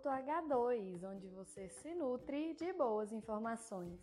Minuto H2, onde você se nutre de boas informações.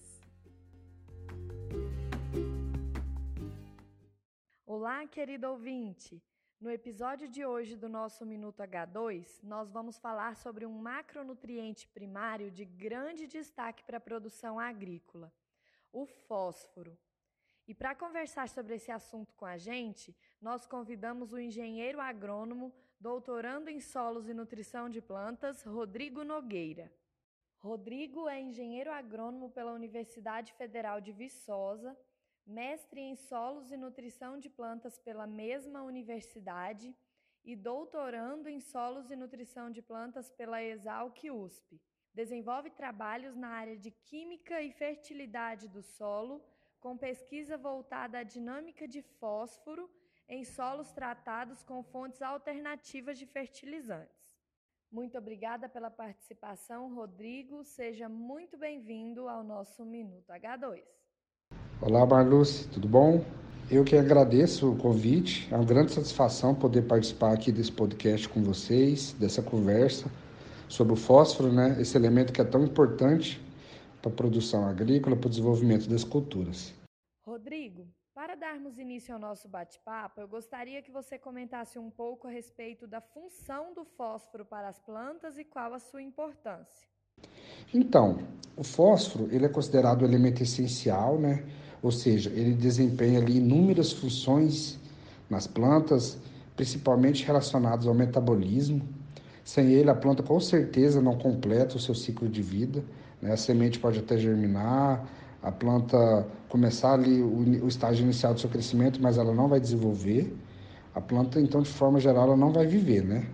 Olá, querido ouvinte! No episódio de hoje do nosso Minuto H2, nós vamos falar sobre um macronutriente primário de grande destaque para a produção agrícola, o fósforo. E para conversar sobre esse assunto com a gente, nós convidamos o engenheiro agrônomo, doutorando em solos e nutrição de plantas, Rodrigo Nogueira. Rodrigo é engenheiro agrônomo pela Universidade Federal de Viçosa, mestre em solos e nutrição de plantas pela mesma universidade e doutorando em solos e nutrição de plantas pela Exalc-USP. Desenvolve trabalhos na área de química e fertilidade do solo, com pesquisa voltada à dinâmica de fósforo em solos tratados com fontes alternativas de fertilizantes. Muito obrigada pela participação, Rodrigo. Seja muito bem-vindo ao nosso Minuto H2. Olá, Marluce, tudo bom? Eu que agradeço o convite. É uma grande satisfação poder participar aqui desse podcast com vocês, dessa conversa sobre o fósforo, né? Esse elemento que é tão importante para a produção agrícola, para o desenvolvimento das culturas. Rodrigo, para darmos início ao nosso bate-papo, eu gostaria que você comentasse um pouco a respeito da função do fósforo para as plantas e qual a sua importância. Então, o fósforo, ele é considerado um elemento essencial, né? Ou seja, ele desempenha ali inúmeras funções nas plantas, principalmente relacionadas ao metabolismo. Sem ele, a planta com certeza não completa o seu ciclo de vida, né? A semente pode até germinar, a planta começar ali o estágio inicial do seu crescimento, mas ela não vai desenvolver. A planta, então, de forma geral, ela não vai viver, né?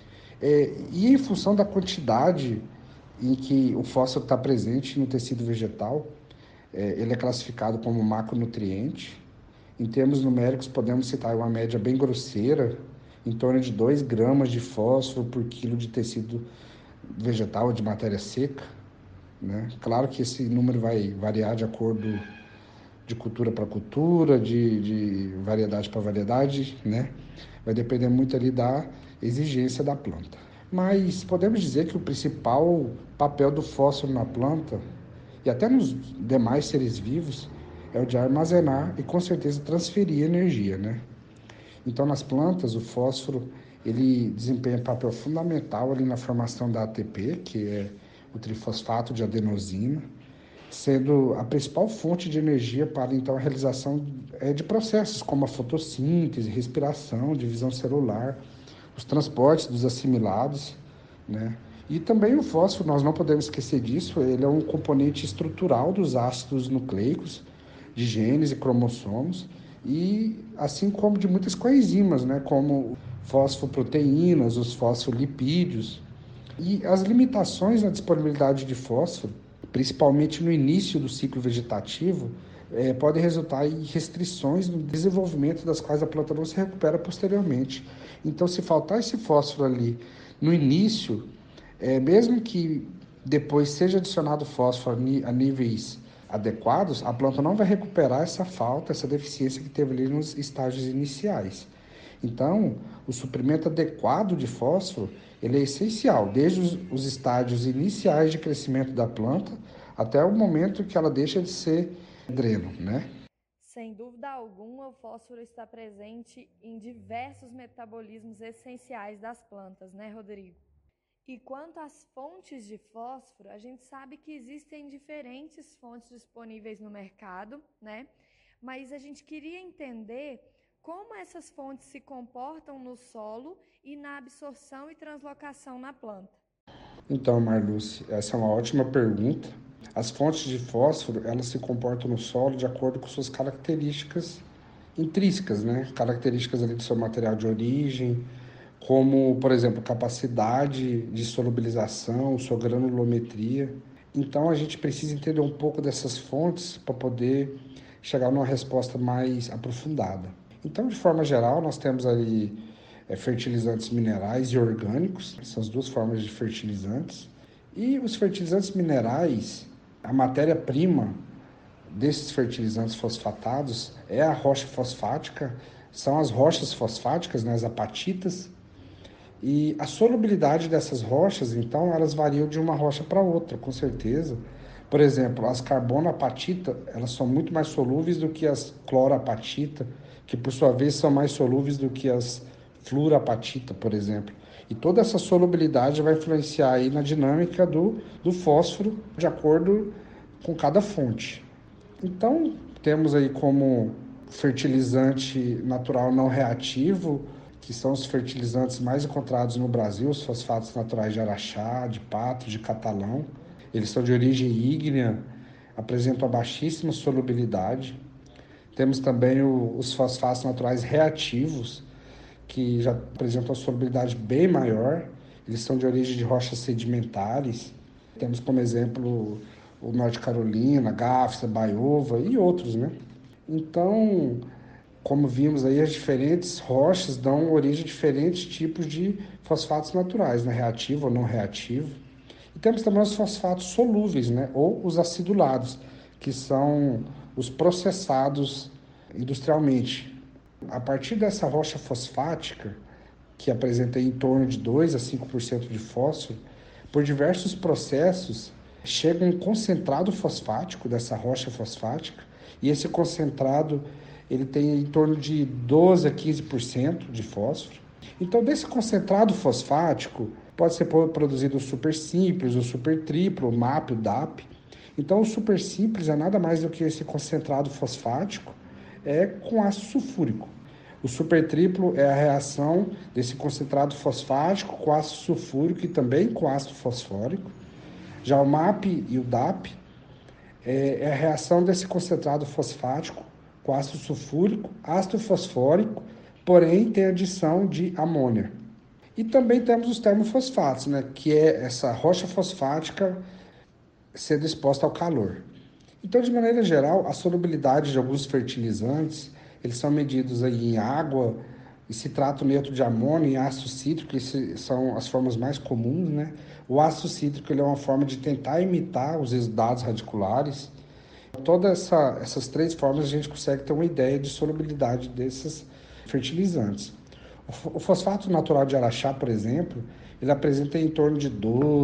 E em função da quantidade em que o fósforo está presente no tecido vegetal, ele é classificado como macronutriente. Em termos numéricos, podemos citar uma média bem grosseira, em torno de 2 gramas de fósforo por quilo de tecido vegetal ou de matéria seca, né? Claro que esse número vai variar de acordo de cultura para cultura, de variedade para variedade, né? Vai depender muito ali da exigência da planta. Mas podemos dizer que o principal papel do fósforo na planta e até nos demais seres vivos é o de armazenar e com certeza transferir energia, né? Então nas plantas o fósforo ele desempenha um papel fundamental ali na formação da ATP, que é o trifosfato de adenosina, sendo a principal fonte de energia para então a realização de processos como a fotossíntese, respiração, divisão celular, os transportes dos assimilados, né? E também o fósforo, nós não podemos esquecer disso, ele é um componente estrutural dos ácidos nucleicos, de genes e cromossomos, e assim como de muitas coenzimas, né? Como fosfoproteínas, os fosfolipídios. E as limitações na disponibilidade de fósforo, principalmente no início do ciclo vegetativo, podem resultar em restrições no desenvolvimento das quais a planta não se recupera posteriormente. Então, se faltar esse fósforo ali no início, mesmo que depois seja adicionado fósforo a níveis adequados, a planta não vai recuperar essa falta, essa deficiência que teve ali nos estágios iniciais. Então, o suprimento adequado de fósforo ele é essencial, desde os estágios iniciais de crescimento da planta até o momento que ela deixa de ser dreno, né? Sem dúvida alguma, o fósforo está presente em diversos metabolismos essenciais das plantas, né, Rodrigo? E quanto às fontes de fósforo, a gente sabe que existem diferentes fontes disponíveis no mercado, né? Mas a gente queria entender como essas fontes se comportam no solo e na absorção e translocação na planta. Então, Marluce, essa é uma ótima pergunta. As fontes de fósforo, elas se comportam no solo de acordo com suas características intrínsecas, né? Características ali do seu material de origem, como, por exemplo, capacidade de solubilização, sua granulometria. Então, a gente precisa entender um pouco dessas fontes para poder chegar numa resposta mais aprofundada. Então, de forma geral, nós temos ali fertilizantes minerais e orgânicos, são as duas formas de fertilizantes. E os fertilizantes minerais, a matéria-prima desses fertilizantes fosfatados é a rocha fosfática, são as rochas fosfáticas, né, as apatitas, E a solubilidade dessas rochas, então, elas variam de uma rocha para outra, com certeza. Por exemplo, as carbonoapatita, elas são muito mais solúveis do que as cloroapatita, que por sua vez são mais solúveis do que as fluorapatita, por exemplo. E toda essa solubilidade vai influenciar aí na dinâmica do fósforo, de acordo com cada fonte. Então, temos aí como fertilizante natural não reativo, que são os fertilizantes mais encontrados no Brasil, os fosfatos naturais de araxá, de pato, de catalão. Eles são de origem ígnea, apresentam baixíssima solubilidade. Temos também os fosfatos naturais reativos, que já apresentam uma solubilidade bem maior. Eles são de origem de rochas sedimentares. Temos como exemplo o Norte Carolina, Gáfsa, Baiova e outros, né? Então, como vimos aí, as diferentes rochas dão origem a diferentes tipos de fosfatos naturais, né? Reativo ou não reativo. E temos também os fosfatos solúveis, né? Ou os acidulados, que são os processados industrialmente. A partir dessa rocha fosfática, que apresenta em torno de 2 a 5% de fósforo, por diversos processos, chega um concentrado fosfático dessa rocha fosfática, e esse concentrado ele tem em torno de 12 a 15% de fósforo. Então, desse concentrado fosfático, pode ser produzido o super simples, o super triplo, o MAP, o DAP. Então, o super simples é nada mais do que esse concentrado fosfático com ácido sulfúrico. O super triplo é a reação desse concentrado fosfático com ácido sulfúrico e também com ácido fosfórico. Já o MAP e o DAP é a reação desse concentrado fosfático com ácido sulfúrico, ácido fosfórico, porém tem adição de amônia. E também temos os termofosfatos, né, que é essa rocha fosfática sendo exposta ao calor. Então, de maneira geral, a solubilidade de alguns fertilizantes, eles são medidos aí em água, e citrato neutro de amônio e ácido cítrico, que são as formas mais comuns, né? O ácido cítrico ele é uma forma de tentar imitar os exudados radiculares. Todas essas três formas a gente consegue ter uma ideia de solubilidade desses fertilizantes. O fosfato natural de araxá, por exemplo, ele apresenta em torno de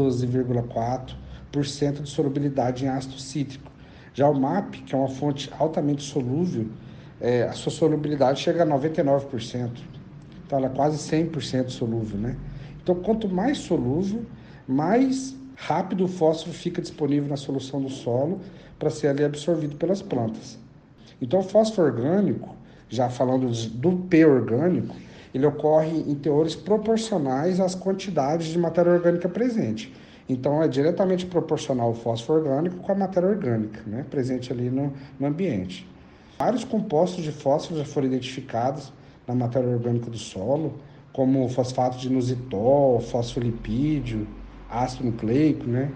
12,4% de solubilidade em ácido cítrico. Já o MAP, que é uma fonte altamente solúvel, a sua solubilidade chega a 99%. Então, ela é quase 100% solúvel, né? Então, quanto mais solúvel, mais rápido o fósforo fica disponível na solução do solo para ser ali absorvido pelas plantas. Então, o fósforo orgânico, já falando do P orgânico, ele ocorre em teores proporcionais às quantidades de matéria orgânica presente. Então, é diretamente proporcional o fósforo orgânico com a matéria orgânica, né, presente ali no ambiente. Vários compostos de fósforo já foram identificados na matéria orgânica do solo, como fosfato de inositol, fosfolipídio, ácido nucleico, né?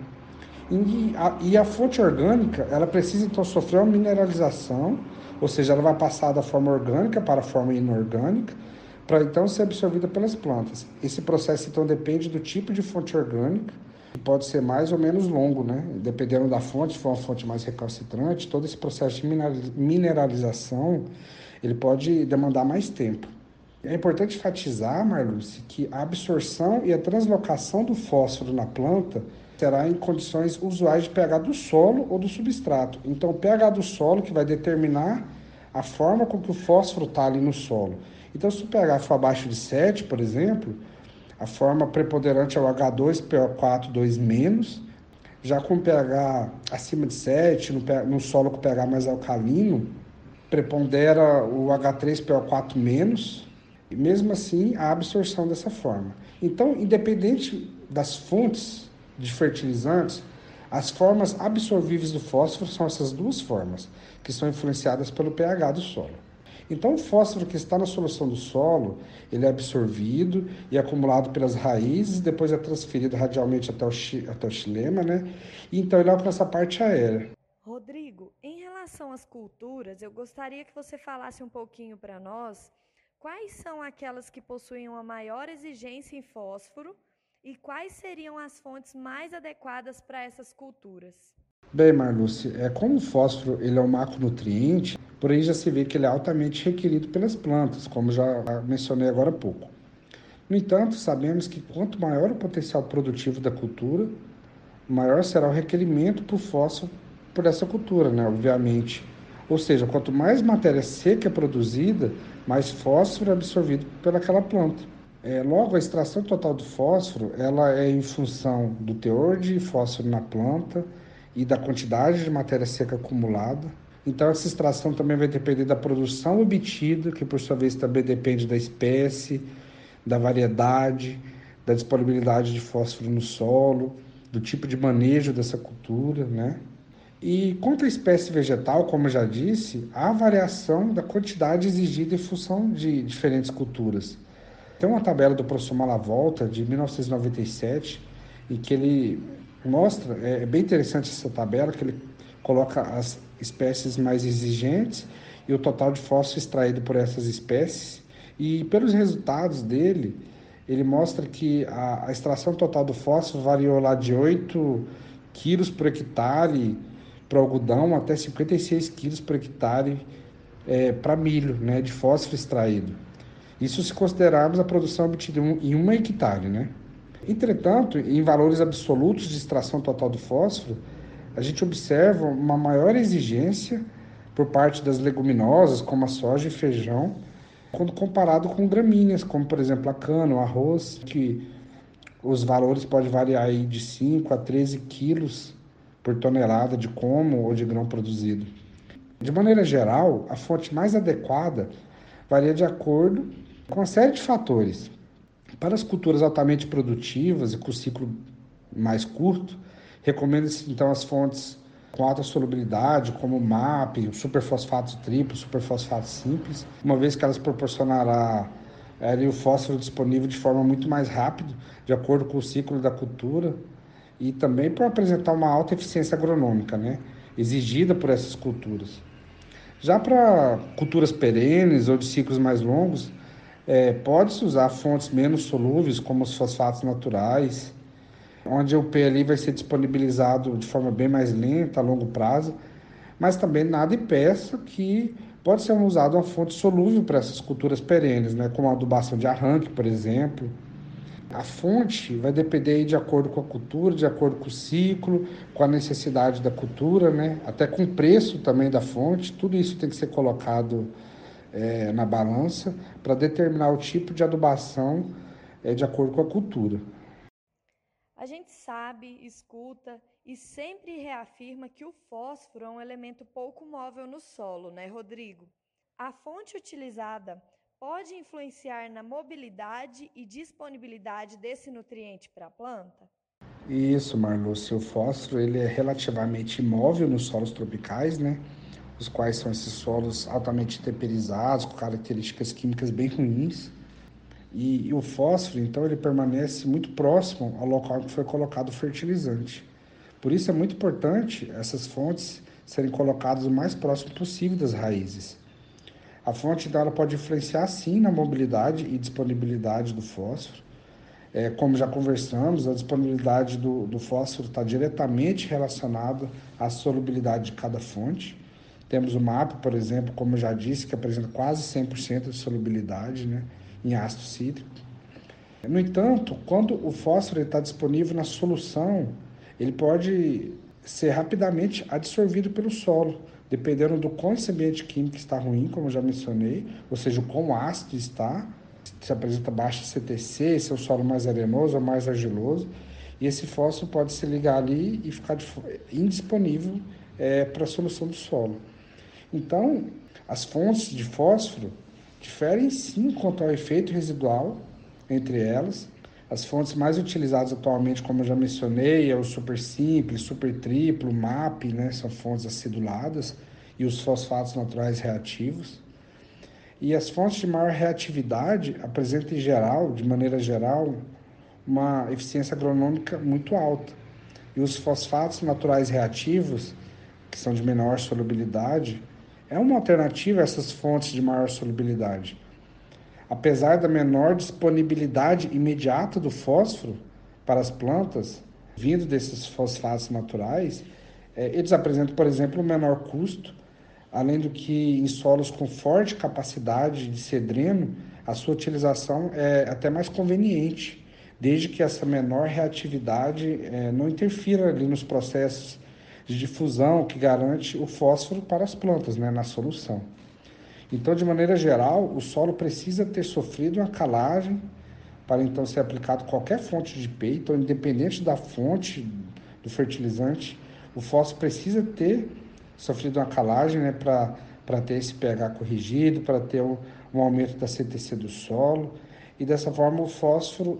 E a fonte orgânica, ela precisa então sofrer uma mineralização, ou seja, ela vai passar da forma orgânica para a forma inorgânica, para então ser absorvida pelas plantas. Esse processo então depende do tipo de fonte orgânica, que pode ser mais ou menos longo, né? Dependendo da fonte, se for uma fonte mais recalcitrante, todo esse processo de mineralização, ele pode demandar mais tempo. É importante enfatizar, Marluce, que a absorção e a translocação do fósforo na planta será em condições usuais de pH do solo ou do substrato. Então, o pH do solo que vai determinar a forma com que o fósforo está ali no solo. Então, se o pH for abaixo de 7, por exemplo, a forma preponderante é o H2PO4 2-, já com pH acima de 7, no solo com pH mais alcalino, prepondera o H3PO4-, e mesmo assim a absorção dessa forma. Então, independente das fontes de fertilizantes, as formas absorvíveis do fósforo são essas duas formas, que são influenciadas pelo pH do solo. Então, o fósforo que está na solução do solo, ele é absorvido e acumulado pelas raízes, depois é transferido radialmente até o xilema, né? E então ele alcança a parte aérea. Rodrigo, em relação às culturas, eu gostaria que você falasse um pouquinho para nós quais são aquelas que possuem uma maior exigência em fósforo e quais seriam as fontes mais adequadas para essas culturas. Bem, Marluce, como o fósforo ele é um macronutriente, por aí já se vê que ele é altamente requerido pelas plantas, como já mencionei agora há pouco. No entanto, sabemos que quanto maior o potencial produtivo da cultura, maior será o requerimento por fósforo por essa cultura, né? Obviamente. Ou seja, quanto mais matéria seca é produzida, mais fósforo é absorvido pelaquela planta. Logo, a extração total do fósforo, ela é em função do teor de fósforo na planta e da quantidade de matéria seca acumulada. Então, essa extração também vai depender da produção obtida, que por sua vez também depende da espécie, da variedade, da disponibilidade de fósforo no solo, do tipo de manejo dessa cultura, né? E quanto à espécie vegetal, como eu já disse, há variação da quantidade exigida em função de diferentes culturas. Tem uma tabela do professor Malavolta, de 1997, em que ele mostra, é bem interessante essa tabela, que ele coloca as espécies mais exigentes e o total de fósforo extraído por essas espécies. E pelos resultados dele, ele mostra que a extração total do fósforo variou lá de 8 quilos por hectare para algodão até 56 quilos por hectare para milho, né, de fósforo extraído. Isso se considerarmos a produção obtida em 1 hectare, né? Entretanto, em valores absolutos de extração total do fósforo, a gente observa uma maior exigência por parte das leguminosas, como a soja e feijão, quando comparado com gramíneas, como por exemplo a cana, o arroz, que os valores podem variar aí de 5 a 13 quilos por tonelada de como ou de grão produzido. De maneira geral, a fonte mais adequada varia de acordo com uma série de fatores. Para as culturas altamente produtivas e com ciclo mais curto, recomenda-se então as fontes com alta solubilidade, como o MAP, o superfosfato triplo, superfosfato simples, uma vez que elas proporcionará o fósforo disponível de forma muito mais rápida, de acordo com o ciclo da cultura, e também para apresentar uma alta eficiência agronômica, né, exigida por essas culturas. Já para culturas perenes ou de ciclos mais longos, pode-se usar fontes menos solúveis, como os fosfatos naturais, onde o P ali vai ser disponibilizado de forma bem mais lenta, a longo prazo, mas também nada impeça que pode ser usado uma fonte solúvel para essas culturas perenes, né, como a adubação de arranque, por exemplo. A fonte vai depender de acordo com a cultura, de acordo com o ciclo, com a necessidade da cultura, né, até com o preço também da fonte. Tudo isso tem que ser colocado na balança para determinar o tipo de adubação de acordo com a cultura. A gente sabe, escuta e sempre reafirma que o fósforo é um elemento pouco móvel no solo, né, Rodrigo? A fonte utilizada pode influenciar na mobilidade e disponibilidade desse nutriente para a planta? Isso, Marlúcio, o fósforo ele é relativamente imóvel nos solos tropicais, né? Os quais são esses solos altamente temperizados, com características químicas bem ruins. E o fósforo, então, ele permanece muito próximo ao local que foi colocado o fertilizante. Por isso é muito importante essas fontes serem colocadas o mais próximo possível das raízes. A fonte então, ela pode influenciar sim na mobilidade e disponibilidade do fósforo. Como já conversamos, a disponibilidade do fósforo está diretamente relacionada à solubilidade de cada fonte. Temos o MAP, por exemplo, como eu já disse, que apresenta quase 100% de solubilidade, né, em ácido cítrico. No entanto, quando o fósforo está disponível na solução, ele pode ser rapidamente absorvido pelo solo, dependendo do quão esse ambiente químico está ruim, como eu já mencionei, ou seja, o quão ácido está, se apresenta baixa CTC, se é um solo mais arenoso ou mais argiloso, e esse fósforo pode se ligar ali e ficar indisponível para a solução do solo. Então, as fontes de fósforo diferem sim quanto ao efeito residual entre elas. As fontes mais utilizadas atualmente, como eu já mencionei, é o super simples, super triplo, MAP, né? São fontes aciduladas, e os fosfatos naturais reativos. E as fontes de maior reatividade apresentam em geral, de maneira geral, uma eficiência agronômica muito alta. E os fosfatos naturais reativos, que são de menor solubilidade, é uma alternativa a essas fontes de maior solubilidade. Apesar da menor disponibilidade imediata do fósforo para as plantas, vindo desses fosfatos naturais, eles apresentam, por exemplo, um menor custo, além do que em solos com forte capacidade de ser dreno, a sua utilização é até mais conveniente, desde que essa menor reatividade não interfira ali nos processos de difusão que garante o fósforo para as plantas, né, na solução. Então, de maneira geral, o solo precisa ter sofrido uma calagem para então ser aplicado qualquer fonte de P. Então, independente da fonte do fertilizante, o fósforo precisa ter sofrido uma calagem, né, para ter esse pH corrigido, para ter um aumento da CTC do solo. E dessa forma o fósforo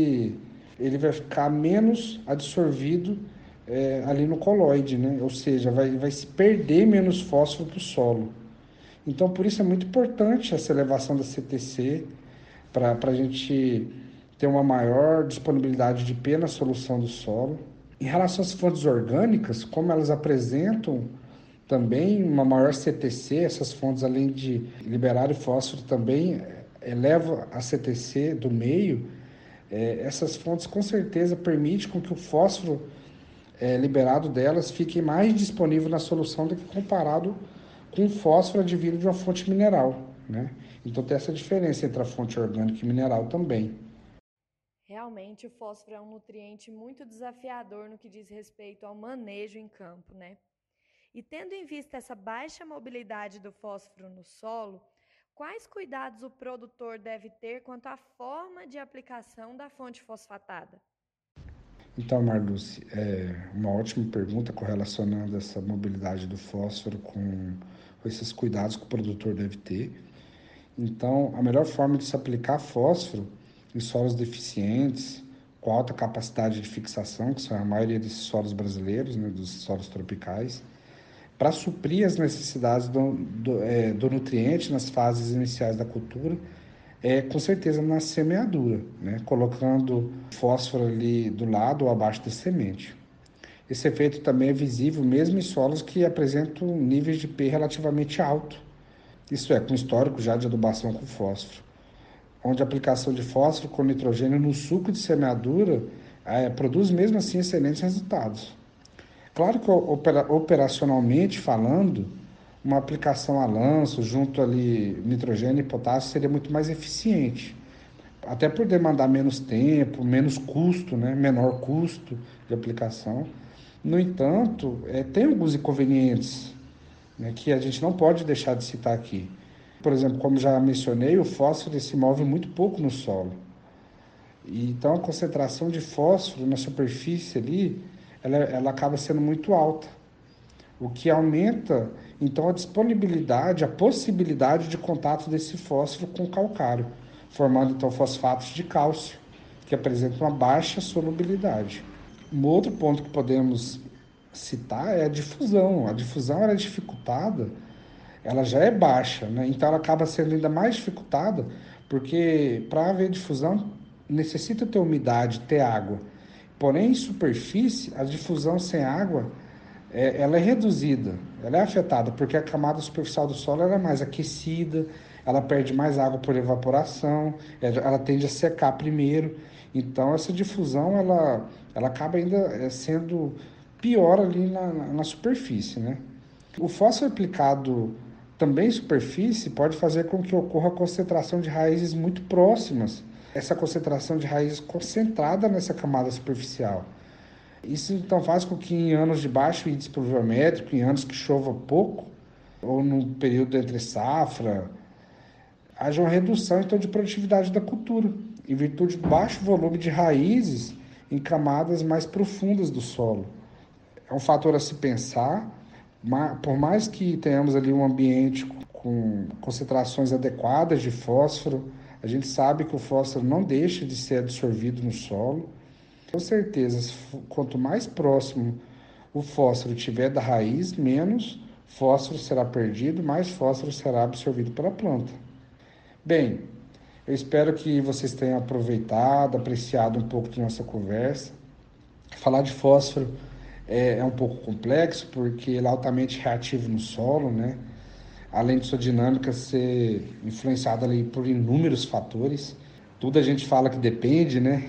ele vai ficar menos absorvido ali no coloide, né? Ou seja, vai se perder menos fósforo para o solo. Então, por isso é muito importante essa elevação da CTC para a gente ter uma maior disponibilidade de P na solução do solo. Em relação às fontes orgânicas, como elas apresentam também uma maior CTC, essas fontes, além de liberar o fósforo, também eleva a CTC do meio. Essas fontes com certeza permitem com que o fósforo liberado delas fique mais disponível na solução do que comparado com o fósforo advindo de uma fonte mineral, né? Então tem essa diferença entre a fonte orgânica e mineral também. Realmente, o fósforo é um nutriente muito desafiador no que diz respeito ao manejo em campo, né? E tendo em vista essa baixa mobilidade do fósforo no solo, quais cuidados o produtor deve ter quanto à forma de aplicação da fonte fosfatada? Então, Marluce, uma ótima pergunta correlacionando essa mobilidade do fósforo com esses cuidados que o produtor deve ter. Então, a melhor forma de se aplicar fósforo em solos deficientes, com alta capacidade de fixação, que são a maioria desses solos brasileiros, né, dos solos tropicais, para suprir as necessidades do nutriente nas fases iniciais da cultura, com certeza na semeadura, né, colocando fósforo ali do lado ou abaixo da semente. Esse efeito também é visível mesmo em solos que apresentam níveis de P relativamente alto, isso é, com histórico já de adubação com fósforo, onde a aplicação de fósforo com nitrogênio no suco de semeadura produz mesmo assim excelentes resultados. Claro que operacionalmente falando, uma aplicação a lanço junto ali nitrogênio e potássio seria muito mais eficiente, até por demandar menos tempo, menos custo, né? Menor custo de aplicação. No entanto, tem alguns inconvenientes, né, que a gente não pode deixar de citar aqui. Por exemplo, como já mencionei, o fósforo se move muito pouco no solo. E, então, a concentração de fósforo na superfície ali, ela acaba sendo muito alta, o que aumenta, então, a disponibilidade, a possibilidade de contato desse fósforo com o calcário, formando, então, fosfatos de cálcio, que apresentam uma baixa solubilidade. Um outro ponto que podemos citar é a difusão. A difusão ela é dificultada, ela já é baixa, né? Então ela acaba sendo ainda mais dificultada, porque para haver difusão necessita ter umidade, ter água. Porém, em superfície, a difusão sem água ela é reduzida, ela é afetada, porque a camada superficial do solo ela é mais aquecida, ela perde mais água por evaporação, ela tende a secar primeiro. Então, essa difusão ela acaba ainda sendo pior ali na superfície, né? O fósforo aplicado também em superfície pode fazer com que ocorra a concentração de raízes muito próximas. Essa concentração de raízes concentrada nessa camada superficial. Isso então faz com que em anos de baixo índice pluviométrico, em anos que chova pouco, ou no período entre safra, haja uma redução então de produtividade da cultura, em virtude do baixo volume de raízes em camadas mais profundas do solo. É um fator a se pensar, por mais que tenhamos ali um ambiente com concentrações adequadas de fósforo, a gente sabe que o fósforo não deixa de ser absorvido no solo. Com certeza, quanto mais próximo o fósforo tiver da raiz, menos fósforo será perdido, mais fósforo será absorvido pela planta. Bem, eu espero que vocês tenham aproveitado, apreciado um pouco de nossa conversa. Falar de fósforo é um pouco complexo, porque ele é altamente reativo no solo, né? Além de sua dinâmica ser influenciada ali por inúmeros fatores. Tudo a gente fala que depende, né?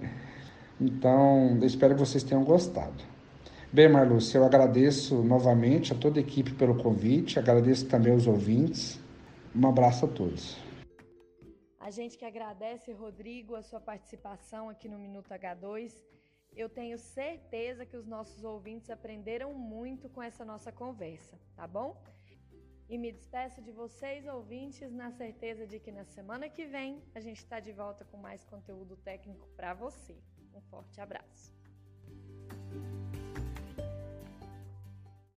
Então, eu espero que vocês tenham gostado. Bem, Marlúcia, eu agradeço novamente a toda a equipe pelo convite, agradeço também aos ouvintes. Um abraço a todos. A gente que agradece, Rodrigo, a sua participação aqui no Minuto H2. Eu tenho certeza que os nossos ouvintes aprenderam muito com essa nossa conversa, tá bom? E me despeço de vocês, ouvintes, na certeza de que na semana que vem a gente está de volta com mais conteúdo técnico para você. Um forte abraço.